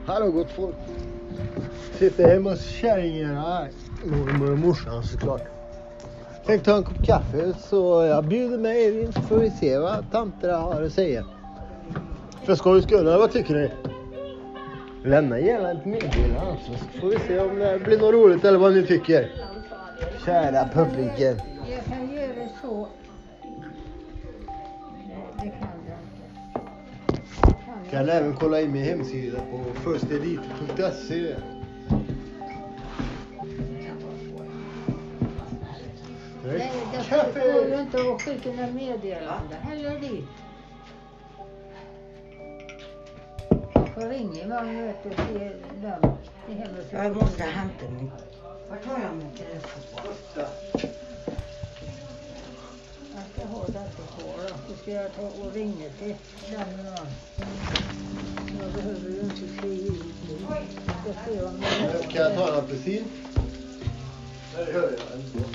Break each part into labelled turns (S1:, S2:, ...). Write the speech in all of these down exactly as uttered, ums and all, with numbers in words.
S1: Hallå gott folk. Sitter hemma hos kärringen här. Mormor och morsan såklart. Tänkte ta en kopp kaffe så jag bjuder mig in så får vi se vad tanterna har att säga. För skojs skull, vad tycker ni? Lämna gärna ett meddelande så får vi se om det blir något roligt eller vad ni tycker. Kära publiken.
S2: Jag kan göra det så. Nej, det kan jag inte. Kan
S1: Kan även kolla in min hemsida på firstedit punkt se.
S2: Nej, det går ju inte att skicka några meddelanden heller dit. Jag ringer man vet du till dem.
S3: Jag måste hämta min. Var tar jag min telefon?
S2: Jag ska ha detta på då. Så ska jag ta och ringa till dem. Jag behöver ju inte skriva ut nu. Jag ska se om jag...
S1: Ska jag ta en apelsin? Nej, det hör jag.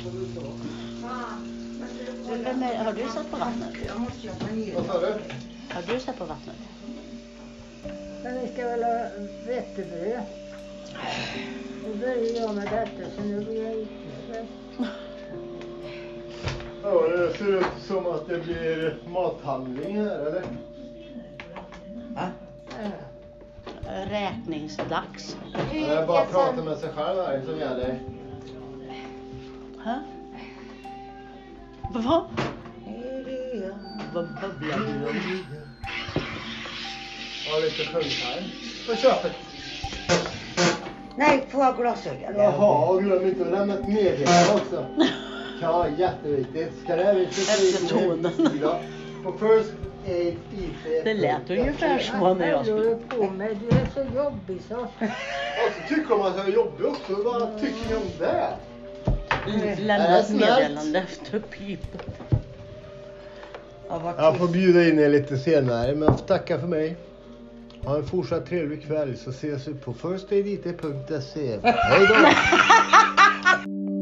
S3: Vem är, har du satt på vattnet? Jag måste jobba ner.
S1: Vad sa du?
S3: Har du satt på vattnet?
S2: Men vi ska väl ha vetebröd. Nu börjar jag med detta så nu blir jag inte.
S1: Ja, det ser ut som att det blir mathandling här, eller?
S3: Va? Räkningsdags.
S1: Det är bara att prata med sig själv här som gäller.
S3: Hä? Vad? Vad babblar du om?
S1: Ja, lite sjungtime. På köpet.
S3: Nej, får jag glasögon?
S1: Jaha, och glöm inte att lämna ett meddelande också. Ja, jätteviktigt. Ska det här vi
S3: Efter tonen.
S1: På First Aid I T.
S3: Det lät ungefär så när jag
S2: skulle...
S3: skulle...
S2: på mig, du är så jobbig så.
S1: Och så tycker de att jag är jobbig också. Vad tycker ni om det?
S3: Lämna ett meddelande efter pipen.
S1: Jag får bjuda in er lite senare, men jag får tacka för mig. Ha en fortsatt trevlig kväll så ses vi på first aid I T punkt se. Hej då!